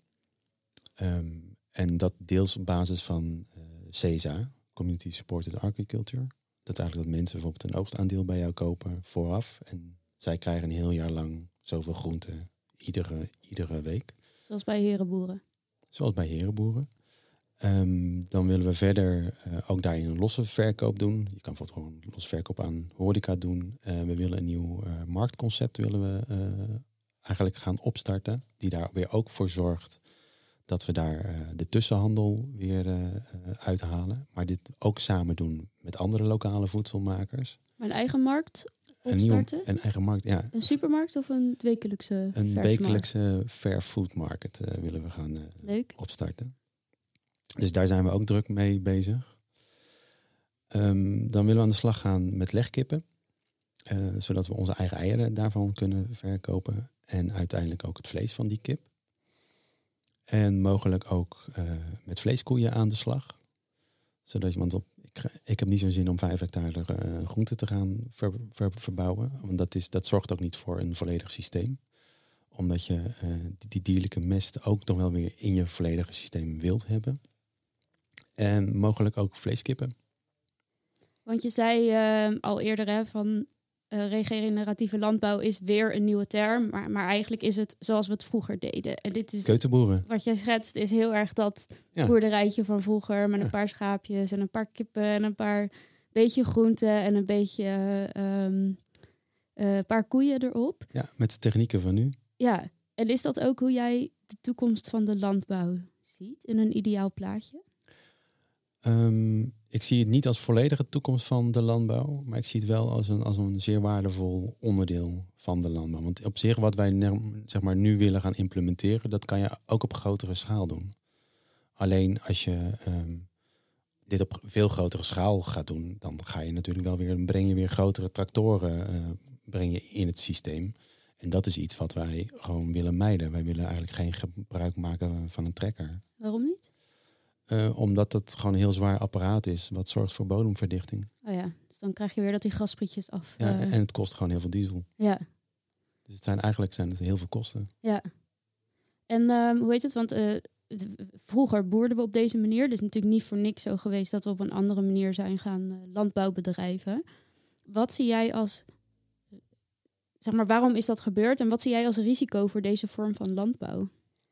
En dat deels op basis van CSA, Community Supported Agriculture. Dat is eigenlijk dat mensen bijvoorbeeld een oogstaandeel bij jou kopen vooraf. En zij krijgen een heel jaar lang zoveel groenten iedere week. Zoals bij herenboeren. Zoals bij herenboeren. Dan willen we verder ook daarin een losse verkoop doen. Je kan bijvoorbeeld gewoon een losse verkoop aan horeca doen. We willen een nieuw marktconcept eigenlijk gaan opstarten. Die daar weer ook voor zorgt dat we daar de tussenhandel weer uithalen. Maar dit ook samen doen met andere lokale voedselmakers. Maar een eigen markt opstarten? Een eigen markt, ja. Een supermarkt of een wekelijkse wekelijkse fair food market willen we gaan opstarten. Dus daar zijn we ook druk mee bezig. Dan willen we aan de slag gaan met legkippen. Zodat we onze eigen eieren daarvan kunnen verkopen. En uiteindelijk ook het vlees van die kip. En mogelijk ook met vleeskoeien aan de slag. Zodat je, want ik heb niet zo'n zin om 5 hectare groenten te gaan verbouwen. Want dat zorgt ook niet voor een volledig systeem. Omdat je die dierlijke mest ook toch wel weer in je volledige systeem wilt hebben. En mogelijk ook vleeskippen. Want je zei al eerder van regeneratieve landbouw is weer een nieuwe term. Maar eigenlijk is het zoals we het vroeger deden. En dit is keutenboeren. Wat jij schetst is heel erg dat boerderijtje van vroeger. Met een paar schaapjes en een paar kippen en een paar beetje groenten en een beetje paar koeien erop. Ja, met de technieken van nu. Ja, en is dat ook hoe jij de toekomst van de landbouw ziet in een ideaal plaatje? Ik zie het niet als volledige toekomst van de landbouw, maar ik zie het wel als een zeer waardevol onderdeel van de landbouw. Want op zich wat wij nu willen gaan implementeren, dat kan je ook op grotere schaal doen. Alleen als je dit op veel grotere schaal gaat doen, dan ga je natuurlijk wel breng je weer grotere tractoren breng je in het systeem. En dat is iets wat wij gewoon willen mijden. Wij willen eigenlijk geen gebruik maken van een trekker. Waarom niet? Omdat het gewoon een heel zwaar apparaat is, wat zorgt voor bodemverdichting. Oh ja, dus dan krijg je weer dat die gasprietjes af. Ja, en het kost gewoon heel veel diesel. Ja. Dus het zijn heel veel kosten. Ja. En hoe heet het? Want vroeger boerden we op deze manier. Dus natuurlijk niet voor niks zo geweest dat we op een andere manier zijn gaan landbouw bedrijven. Wat zie jij als, waarom is dat gebeurd? En wat zie jij als risico voor deze vorm van landbouw?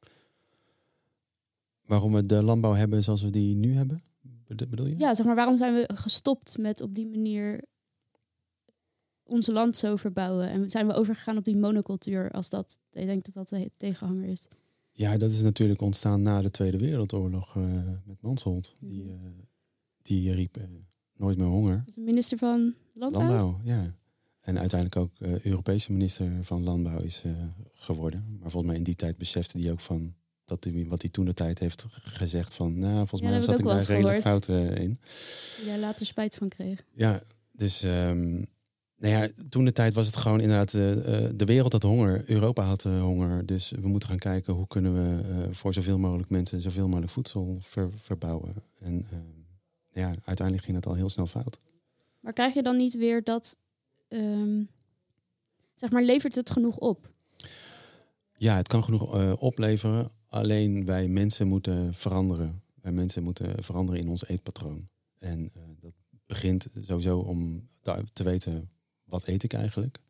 Waarom we de landbouw hebben zoals we die nu hebben, bedoel je? Ja, waarom zijn we gestopt met op die manier ons land zo verbouwen? En zijn we overgegaan op die monocultuur als dat, ik denk dat dat de tegenhanger is? Ja, dat is natuurlijk ontstaan na de Tweede Wereldoorlog met Mansholt. Die riep nooit meer honger. De minister van Landbouw? Ja. En uiteindelijk ook Europese minister van Landbouw is geworden. Maar volgens mij in die tijd besefte hij ook van wat hij toen de tijd heeft gezegd van, volgens mij zat ik daar redelijk fout in. Die daar later spijt van kreeg. Ja, dus toen de tijd was het gewoon inderdaad, de wereld had honger, Europa had honger. Dus we moeten gaan kijken hoe kunnen we voor zoveel mogelijk mensen zoveel mogelijk voedsel verbouwen. En uiteindelijk ging het al heel snel fout. Maar krijg je dan niet weer dat, levert het genoeg op? Ja, het kan genoeg opleveren. Alleen wij mensen moeten veranderen. Wij mensen moeten veranderen in ons eetpatroon. En dat begint sowieso om te weten, wat eet ik eigenlijk?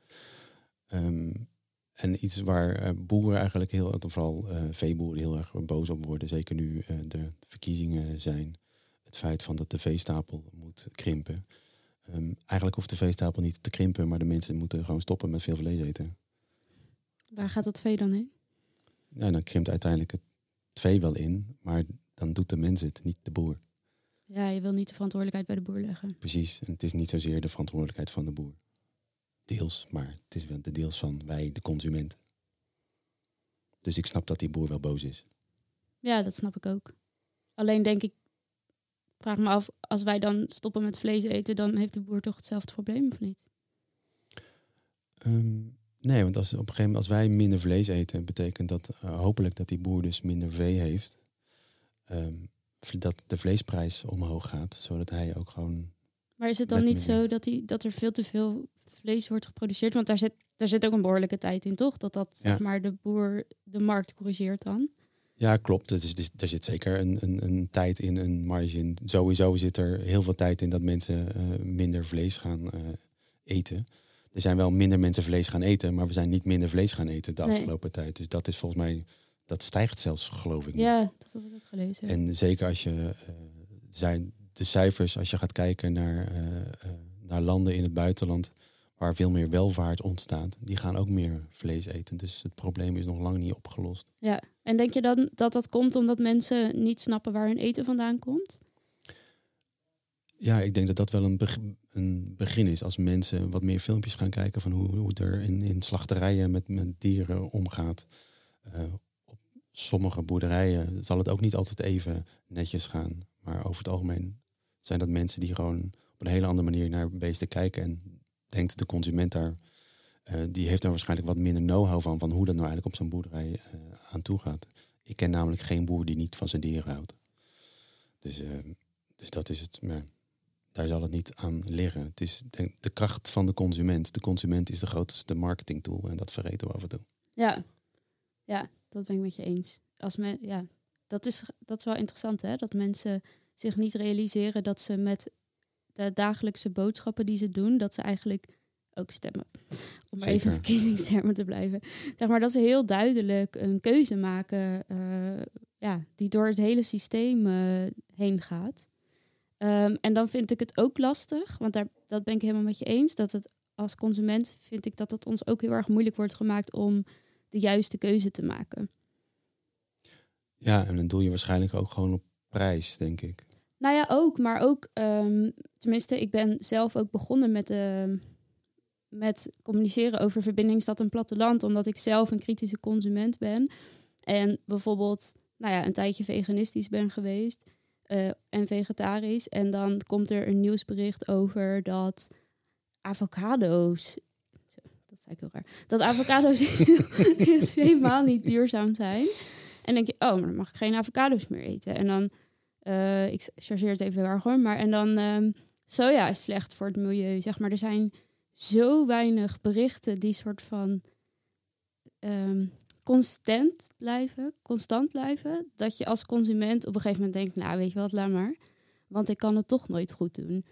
En iets waar boeren eigenlijk vooral veeboeren heel erg boos op worden. Zeker nu de verkiezingen zijn. Het feit van dat de veestapel moet krimpen. Eigenlijk hoeft de veestapel niet te krimpen, maar de mensen moeten gewoon stoppen met veel vlees eten. Waar gaat dat vee dan heen? Ja, dan krimpt uiteindelijk het vee wel in, maar dan doet de mens het, niet de boer. Ja, je wil niet de verantwoordelijkheid bij de boer leggen. Precies, en het is niet zozeer de verantwoordelijkheid van de boer. Deels, maar het is wel de deels van wij, de consument. Dus ik snap dat die boer wel boos is. Ja, dat snap ik ook. Alleen denk ik, vraag me af, als wij dan stoppen met vlees eten, dan heeft de boer toch hetzelfde probleem, of niet? Nee, want op een gegeven moment als wij minder vlees eten, betekent dat hopelijk dat die boer dus minder vee heeft. Dat de vleesprijs omhoog gaat, zodat hij ook gewoon... Maar is het dan niet zo dat er veel te veel vlees wordt geproduceerd? Want daar zit ook een behoorlijke tijd in, toch? Dat zeg maar de boer de markt corrigeert dan? Ja, klopt. Er zit zeker een tijd in, een marge in. Sowieso zit er heel veel tijd in dat mensen minder vlees gaan eten. Er zijn wel minder mensen vlees gaan eten, maar we zijn niet minder vlees gaan eten de afgelopen tijd. Dus dat is volgens mij, dat stijgt zelfs, geloof ik. Ja, dat heb ik ook gelezen. En zeker als je zijn de cijfers, als je gaat kijken naar landen in het buitenland waar veel meer welvaart ontstaat, die gaan ook meer vlees eten. Dus het probleem is nog lang niet opgelost. Ja, en denk je dan dat komt omdat mensen niet snappen waar hun eten vandaan komt? Ja, ik denk dat dat wel een begin is. Als mensen wat meer filmpjes gaan kijken van hoe het er in slachterijen met dieren omgaat. Op sommige boerderijen zal het ook niet altijd even netjes gaan. Maar over het algemeen zijn dat mensen die gewoon op een hele andere manier naar beesten kijken. En denkt de consument daar, die heeft daar waarschijnlijk wat minder know-how van hoe dat nou eigenlijk op zo'n boerderij aan toe gaat. Ik ken namelijk geen boer die niet van zijn dieren houdt. Dus dat is het. Ja. Daar zal het niet aan liggen. Het is de kracht van de consument. De consument is de grootste marketingtool en dat vergeten we af en toe. Ja, dat ben ik met je eens. Dat is wel interessant, hè? Dat mensen zich niet realiseren dat ze met de dagelijkse boodschappen die ze doen, dat ze eigenlijk ook stemmen. Om maar even verkiezingstermen te blijven. Zeg maar dat ze heel duidelijk een keuze maken die door het hele systeem heen gaat. En dan vind ik het ook lastig, want dat ben ik helemaal met je eens, dat het als consument vind ik dat het ons ook heel erg moeilijk wordt gemaakt om de juiste keuze te maken. Ja, en dan doe je waarschijnlijk ook gewoon op prijs, denk ik. Nou ja, maar ook, tenminste, ik ben zelf ook begonnen met communiceren over verbinding stad en platteland, omdat ik zelf een kritische consument ben. En bijvoorbeeld, een tijdje veganistisch ben geweest. En vegetarisch. En dan komt er een nieuwsbericht over dat avocado's... Dat zei ik heel raar. Dat avocado's helemaal niet duurzaam zijn. En denk je, maar dan mag ik geen avocado's meer eten. En dan... ik chargeer het even heel erg hoor. Maar en dan... soja is slecht voor het milieu. Zeg maar, er zijn zo weinig berichten die soort van... constant blijven, dat je als consument op een gegeven moment denkt, weet je wat, laat maar. Want ik kan het toch nooit goed doen.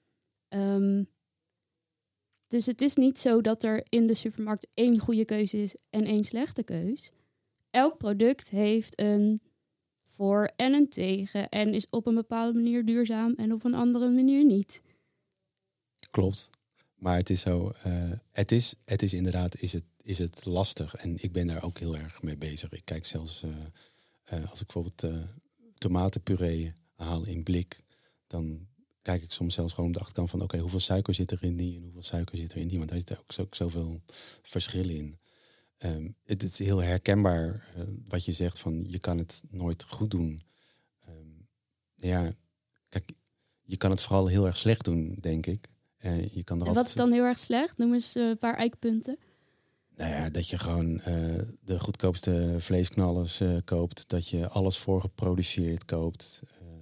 Dus het is niet zo dat er in de supermarkt 1 goede keuze is en 1 slechte keus. Elk product heeft een voor en een tegen en is op een bepaalde manier duurzaam en op een andere manier niet. Klopt. Maar het is zo, het is inderdaad, is het lastig. En ik ben daar ook heel erg mee bezig. Ik kijk zelfs, als ik bijvoorbeeld tomatenpuree haal in blik, dan kijk ik soms zelfs gewoon op de achterkant van, oké, hoeveel suiker zit er in die en hoeveel suiker zit er in die? Want daar zit ook zoveel verschillen in. Het is heel herkenbaar wat je zegt van, je kan het nooit goed doen. Kijk, je kan het vooral heel erg slecht doen, denk ik. Je kan er en wat is dan heel erg slecht? Noem eens een paar eikpunten. Dat je gewoon de goedkoopste vleesknallers koopt. Dat je alles voorgeproduceerd koopt.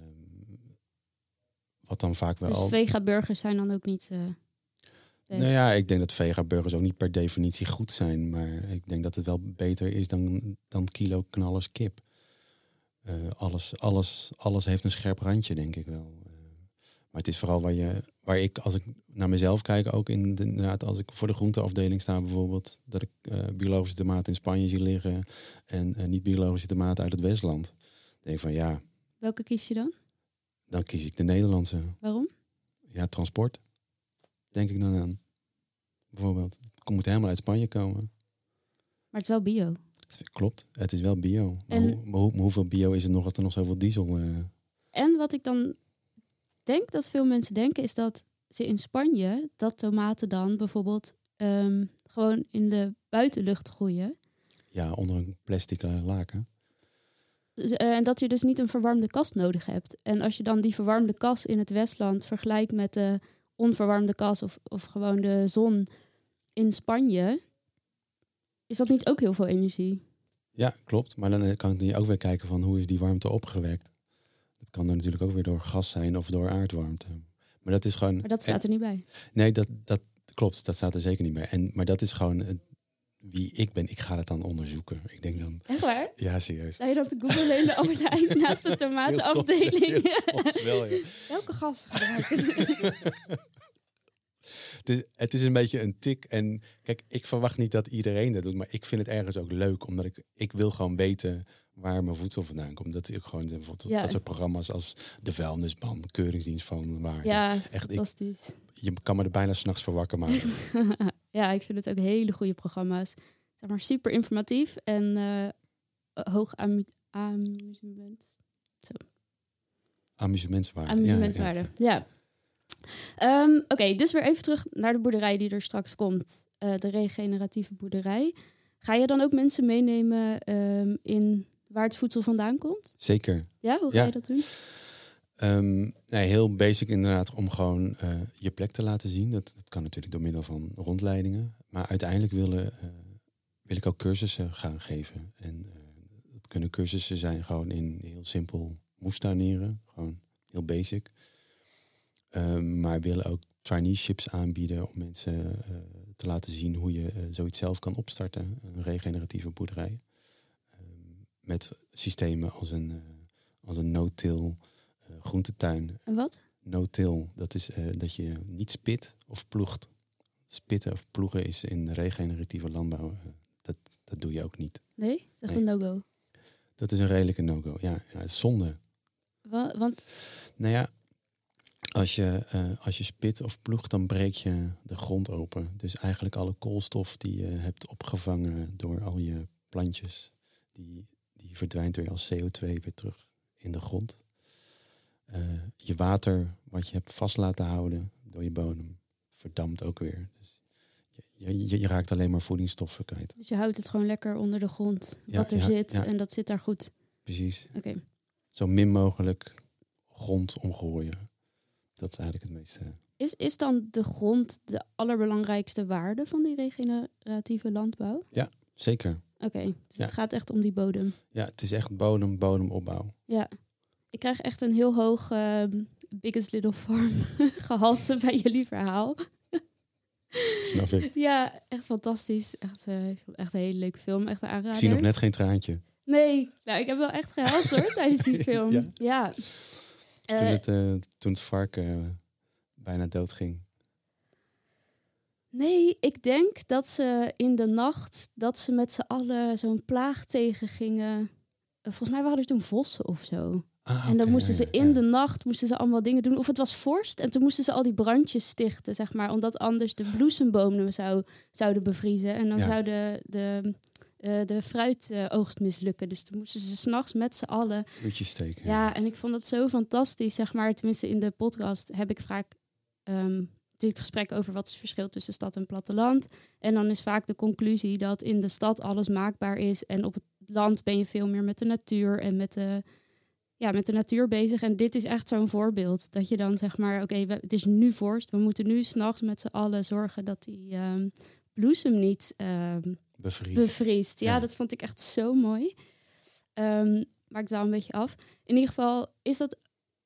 Wat dan vaak wel... Dus vegaburgers zijn dan ook niet best? Ik denk dat vegaburgers ook niet per definitie goed zijn. Maar ik denk dat het wel beter is dan kilo knallers kip. Alles heeft een scherp randje, denk ik wel. Maar het is vooral waar ik, als ik naar mezelf kijk, ook inderdaad, als ik voor de groenteafdeling sta bijvoorbeeld, dat ik biologische tomaten in Spanje zie liggen en niet biologische tomaten uit het Westland. Dan denk ik van ja. Welke kies je dan? Dan kies ik de Nederlandse. Waarom? Ja, transport. Denk ik dan aan. Bijvoorbeeld. Het moet helemaal uit Spanje komen. Maar het is wel bio. Klopt, het is wel bio. En, maar hoeveel bio is het nog als er nog zoveel diesel... En wat ik dan denk dat veel mensen denken, is dat ze in Spanje, dat tomaten dan bijvoorbeeld gewoon in de buitenlucht groeien. Ja, onder een plastic laken. En dat je dus niet een verwarmde kas nodig hebt. En als je dan die verwarmde kas in het Westland vergelijkt met de onverwarmde kas of gewoon de zon in Spanje, is dat niet ook heel veel energie? Ja, klopt. Maar dan kan je ook weer kijken van hoe is die warmte opgewekt. Dat kan dan natuurlijk ook weer door gas zijn of door aardwarmte. Maar dat is gewoon... Maar dat staat er niet bij. Nee, dat klopt. Dat staat er zeker niet bij. Maar dat is gewoon wie ik ben. Ik ga het dan onderzoeken. Ik denk dan... Echt waar? Ja, serieus. Sta je dan te googlen in de Albert Heijn naast de tomatenafdeling? Heel soms wel, ja. Welke gas gebruiken ze? Het is een beetje een tik. En kijk, ik verwacht niet dat iedereen dat doet. Maar ik vind het ergens ook leuk. Omdat ik wil gewoon weten waar mijn voedsel vandaan komt. Dat ik gewoon bijvoorbeeld dat soort programma's als de vuilnisman, keuringsdienst van waar. Ja, echt fantastisch. Je kan me er bijna 's nachts voor wakker maken. Ja, ik vind het ook hele goede programma's. Zeg maar super informatief en hoog amusement. Zo. Amusementswaarde. Amusementswaarde, ja. Oké, dus weer even terug naar de boerderij die er straks komt. De regeneratieve boerderij. Ga je dan ook mensen meenemen in waar het voedsel vandaan komt? Zeker. Ja, hoe ga je dat doen? Nee, heel basic inderdaad om gewoon je plek te laten zien. Dat kan natuurlijk door middel van rondleidingen. Maar uiteindelijk wil ik ook cursussen gaan geven. En dat kunnen cursussen zijn gewoon in heel simpel moestuinieren. Gewoon heel basic. Maar willen ook traineeships aanbieden om mensen te laten zien hoe je zoiets zelf kan opstarten. Een regeneratieve boerderij. Met systemen als een no-till groentetuin. En wat? No-till, dat is dat je niet spit of ploegt. Spitten of ploegen is in regeneratieve landbouw. Dat doe je ook niet. Nee? Dat is echt een no-go. Dat is een redelijke no-go. Ja, het is zonde. Want? Nou ja, als je spit of ploegt, dan breek je de grond open. Dus eigenlijk alle koolstof die je hebt opgevangen door al je plantjes, die verdwijnt weer als CO2 weer terug in de grond. Je water, wat je hebt vast laten houden door je bodem, verdampt ook weer. Dus je raakt alleen maar voedingsstoffen kwijt. Dus je houdt het gewoon lekker onder de grond, wat er zit. Ja. En dat zit daar goed. Precies. Okay. Zo min mogelijk grond omgooien. Dat is eigenlijk het meeste. Is dan de grond de allerbelangrijkste waarde van die regeneratieve landbouw? Ja, zeker. Oké, dus het gaat echt om die bodem. Ja, het is echt bodemopbouw. Ja, ik krijg echt een heel hoog Biggest Little Farm gehalte bij jullie verhaal. Snap ik. Ja, echt fantastisch. Echt een hele leuke film. Echt een aanrader. Ik zie nog net geen traantje. Nee, nou, ik heb wel echt gehuild hoor tijdens die film. Ja. Toen het varken bijna doodging. Nee, ik denk dat ze in de nacht, dat ze met z'n allen zo'n plaag tegengingen. Volgens mij waren er toen vossen of zo. En dan moesten ze in de nacht allemaal dingen doen. Of het was vorst. En toen moesten ze al die brandjes stichten, zeg maar. Omdat anders de bloesembomen zouden bevriezen. En dan zou de fruitoogst mislukken. Dus toen moesten ze 's nachts met z'n allen vuurtjes steken. Ja, en ik vond dat zo fantastisch, zeg maar. Tenminste, in de podcast heb ik vaak natuurlijk gesprekken over wat is het verschil tussen stad en platteland. En dan is vaak de conclusie dat in de stad alles maakbaar is. En op het land ben je veel meer met de natuur en met de natuur bezig. En dit is echt zo'n voorbeeld. Dat je dan zeg maar, oké, het is nu vorst. We moeten nu 's nachts met z'n allen zorgen dat die bloesem niet bevriest. Ja, dat vond ik echt zo mooi. Maar ik dwaal een beetje af. In ieder geval is dat...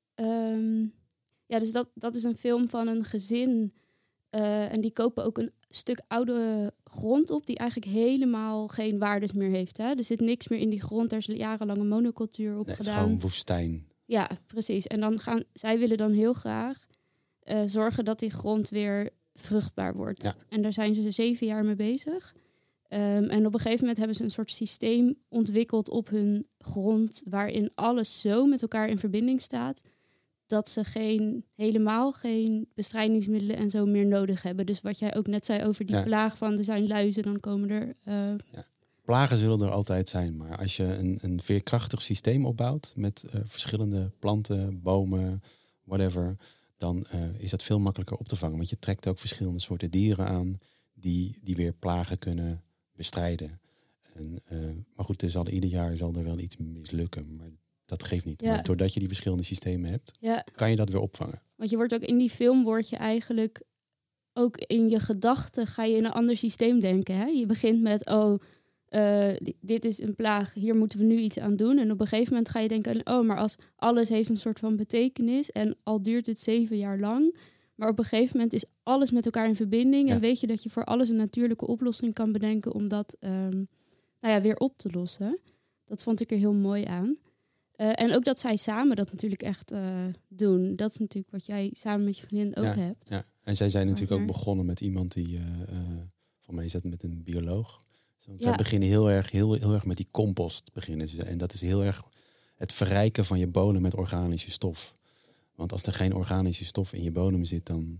dus dat is een film van een gezin. En die kopen ook een stuk oude grond op die eigenlijk helemaal geen waardes meer heeft. Hè? Er zit niks meer in die grond. Daar is jarenlange monocultuur op gedaan. Het is gewoon woestijn. Ja, precies. En zij willen dan heel graag zorgen dat die grond weer vruchtbaar wordt. Ja. En daar zijn ze 7 jaar mee bezig. En op een gegeven moment hebben ze een soort systeem ontwikkeld op hun grond, waarin alles zo met elkaar in verbinding staat, dat ze helemaal geen bestrijdingsmiddelen en zo meer nodig hebben. Dus wat jij ook net zei over die plaag van er zijn luizen, dan komen er... Plagen zullen er altijd zijn, maar als je een veerkrachtig systeem opbouwt met verschillende planten, bomen, whatever, dan is dat veel makkelijker op te vangen. Want je trekt ook verschillende soorten dieren aan die weer plagen kunnen bestrijden. Maar goed, ieder jaar zal er wel iets mislukken, maar dat geeft niet. Ja. Maar doordat je die verschillende systemen hebt, Ja. kan je dat weer opvangen. Want je wordt ook in die film, word je eigenlijk ook in je gedachten, ga je in een ander systeem denken. Hè? Je begint met, dit is een plaag, hier moeten we nu iets aan doen. En op een gegeven moment ga je denken, maar als alles heeft een soort van betekenis en al duurt het 7 jaar lang, maar op een gegeven moment is alles met elkaar in verbinding. Ja. En weet je dat je voor alles een natuurlijke oplossing kan bedenken om dat weer op te lossen. Dat vond ik er heel mooi aan. En ook dat zij samen dat natuurlijk echt doen. Dat is natuurlijk wat jij samen met je vriendin ook hebt. Ja, en zij zijn natuurlijk ook begonnen met iemand die, voor mij is dat met een bioloog. Want zij beginnen heel erg met die compost beginnen ze. En dat is heel erg het verrijken van je bodem met organische stof. Want als er geen organische stof in je bodem zit, dan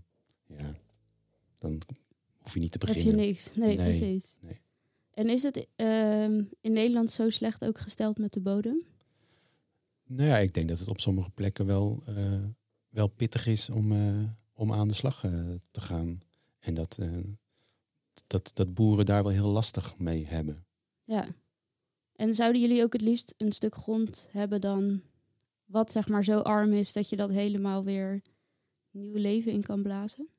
hoef je niet te beginnen. Heb je niks. Nee, precies. Nee. En is het in Nederland zo slecht ook gesteld met de bodem? Nou ja, ik denk dat het op sommige plekken wel pittig is om aan de slag te gaan. En dat boeren daar wel heel lastig mee hebben. Ja. En zouden jullie ook het liefst een stuk grond hebben dan wat zeg maar zo arm is dat je dat helemaal weer nieuw leven in kan blazen?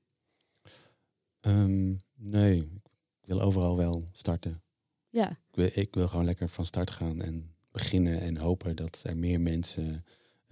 Nee, ik wil overal wel starten. Ja. Ik wil gewoon lekker van start gaan en beginnen en hopen dat er meer mensen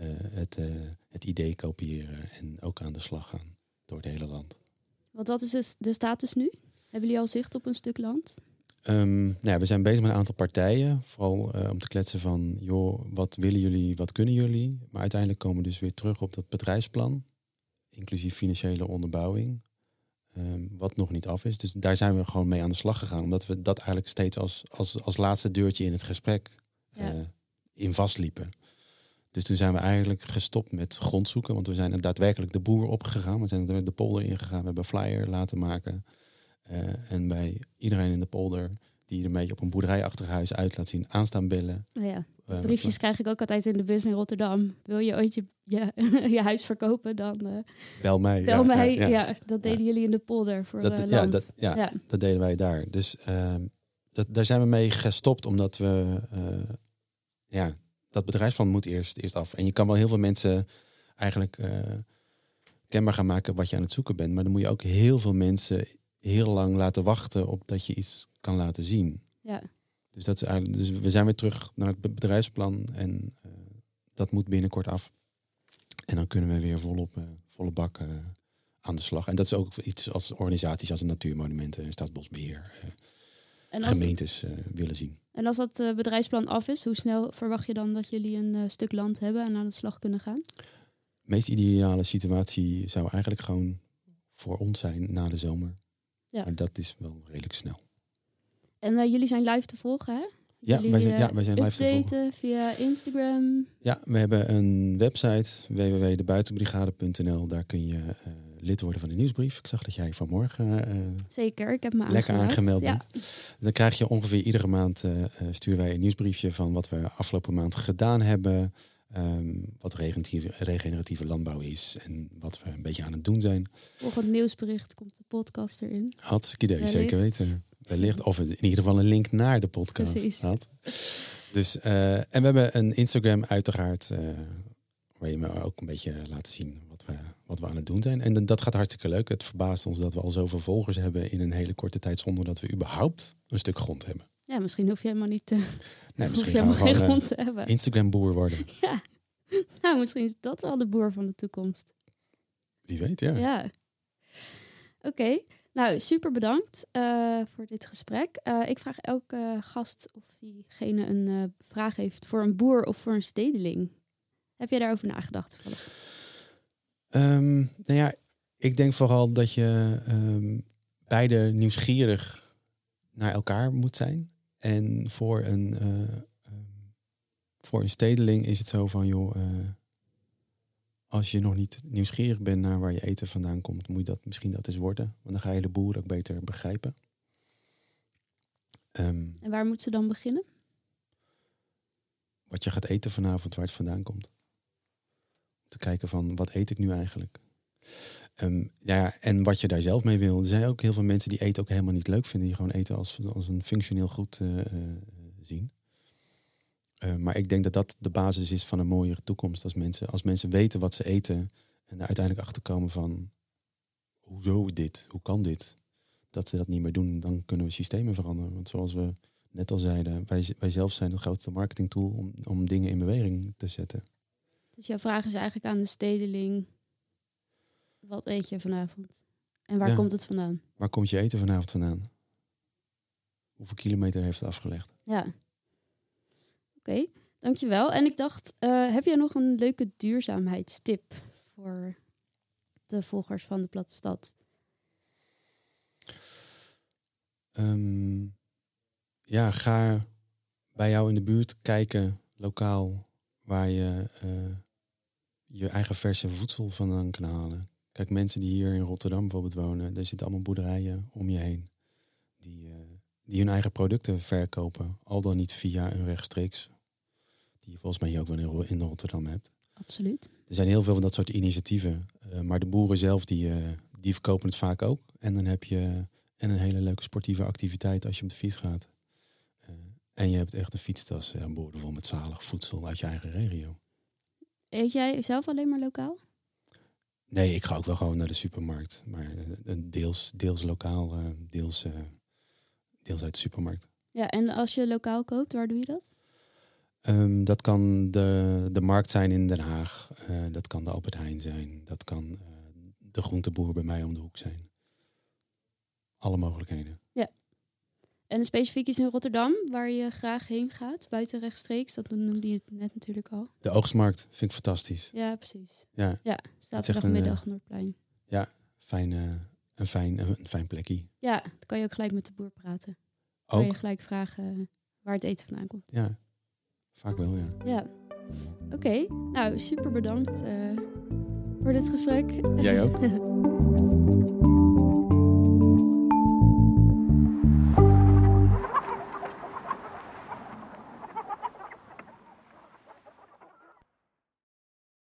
het idee kopiëren en ook aan de slag gaan door het hele land. Want wat is de status nu? Hebben jullie al zicht op een stuk land? We zijn bezig met een aantal partijen. Vooral om te kletsen van, joh, wat willen jullie, wat kunnen jullie? Maar uiteindelijk komen we dus weer terug op dat bedrijfsplan. Inclusief financiële onderbouwing. Wat nog niet af is. Dus daar zijn we gewoon mee aan de slag gegaan. Omdat we dat eigenlijk steeds als laatste deurtje in het gesprek in vastliepen. Dus toen zijn we eigenlijk gestopt met grond zoeken. Want we zijn daadwerkelijk de boer opgegaan. We zijn de polder ingegaan. We hebben een flyer laten maken. En bij iedereen in de polder die er een beetje op een boerderijachtig huis uit laat zien, aanstaan bellen. Oh ja. Briefjes krijg ik ook altijd in de bus in Rotterdam. Wil je ooit je huis verkopen, dan bel mij. Bel mij. Ja, dat deden jullie in de polder voor land. Dat deden wij daar. Dus daar zijn we mee gestopt, omdat we dat bedrijfsplan moet eerst af. En je kan wel heel veel mensen eigenlijk kenbaar gaan maken wat je aan het zoeken bent. Maar dan moet je ook heel veel mensen heel lang laten wachten op dat je iets kan laten zien. Ja. Dus dat is eigenlijk. Dus we zijn weer terug naar het bedrijfsplan en dat moet binnenkort af. En dan kunnen we weer volle bak aan de slag. En dat is ook iets als organisaties als de Natuurmonumenten, Staatsbosbeheer, gemeentes willen zien. En als dat bedrijfsplan af is, hoe snel verwacht je dan dat jullie een stuk land hebben en aan de slag kunnen gaan? De meest ideale situatie zou eigenlijk gewoon voor ons zijn na de zomer. Ja. Maar dat is wel redelijk snel. En jullie zijn live te volgen, hè? Ja, wij zijn live te volgen. Via Instagram. Ja, we hebben een website, www.debuitenbrigade.nl. Daar kun je lid worden van de nieuwsbrief. Ik zag dat jij vanmorgen Zeker, ik heb me lekker aangemeld bent. Dan krijg je ongeveer iedere maand, sturen wij een nieuwsbriefje van wat we afgelopen maand gedaan hebben. Wat regeneratieve landbouw is en wat we een beetje aan het doen zijn. Volgend nieuwsbericht komt de podcast erin. Hartstikke idee, zeker weten. Wellicht, of in ieder geval een link naar de podcast. Precies. Dus, en we hebben een Instagram uiteraard, waar je me ook een beetje laat zien wat we aan het doen zijn. En dat gaat hartstikke leuk. Het verbaast ons dat we al zoveel volgers hebben in een hele korte tijd zonder dat we überhaupt een stuk grond hebben. Ja, misschien hoef je helemaal niet misschien gaan we geen grond te hebben. Instagram boer worden. Ja, nou misschien is dat wel de boer van de toekomst. Wie weet, ja. Oké. Nou, super bedankt voor dit gesprek. Ik vraag elke gast of diegene een vraag heeft voor een boer of voor een stedeling. Heb jij daarover nagedacht? Ik denk vooral dat je beide nieuwsgierig naar elkaar moet zijn. En voor een stedeling is het zo van, joh, als je nog niet nieuwsgierig bent naar waar je eten vandaan komt, moet je dat misschien dat eens worden. Want dan ga je de boer ook beter begrijpen. En waar moet ze dan beginnen? Wat je gaat eten vanavond, waar het vandaan komt. Om te kijken van, wat eet ik nu eigenlijk? En wat je daar zelf mee wil. Er zijn ook heel veel mensen die eten ook helemaal niet leuk vinden. Die gewoon eten als een functioneel goed zien. Maar ik denk dat dat de basis is van een mooiere toekomst. Als mensen weten wat ze eten en daar uiteindelijk achter komen van, hoezo dit? Hoe kan dit? Dat ze dat niet meer doen, dan kunnen we systemen veranderen. Want zoals we net al zeiden, wij zelf zijn het grootste marketingtool om dingen in beweging te zetten. Dus jouw vraag is eigenlijk aan de stedeling, wat eet je vanavond? En waar komt het vandaan? Waar komt je eten vanavond vandaan? Hoeveel kilometer heeft het afgelegd? Ja. Oké, dankjewel. En ik dacht, heb jij nog een leuke duurzaamheidstip voor de volgers van de Platte Stad? Ga bij jou in de buurt kijken, lokaal, waar je je eigen verse voedsel vandaan kan halen. Kijk, mensen die hier in Rotterdam bijvoorbeeld wonen, daar zitten allemaal boerderijen om je heen. Die hun eigen producten verkopen. Al dan niet via een rechtstreeks. Die je volgens mij hier ook wel in Rotterdam hebt. Absoluut. Er zijn heel veel van dat soort initiatieven. Maar de boeren zelf, die verkopen het vaak ook. En dan heb je een hele leuke sportieve activiteit als je op de fiets gaat. En je hebt echt een fietstas boordevol met zalig voedsel uit je eigen regio. Eet jij zelf alleen maar lokaal? Nee, ik ga ook wel gewoon naar de supermarkt. Maar deels lokaal, deels uit de supermarkt. Ja, en als je lokaal koopt, waar doe je dat? Dat kan de markt zijn in Den Haag. Dat kan de Albert Heijn zijn. Dat kan de groenteboer bij mij om de hoek zijn. Alle mogelijkheden. Ja. En specifiek iets in Rotterdam, waar je graag heen gaat, buiten rechtstreeks. Dat noemde je net natuurlijk al. De Oogstmarkt vind ik fantastisch. Ja, precies. Ja, zaterdagmiddag Noordplein. Ja, een fijn plekje. Ja, dan kan je ook gelijk met de boer praten. Ook? Kan je gelijk vragen waar het eten vandaan komt. Ja, vaak wel, ja. Ja. Oké, nou super bedankt voor dit gesprek. Jij ook.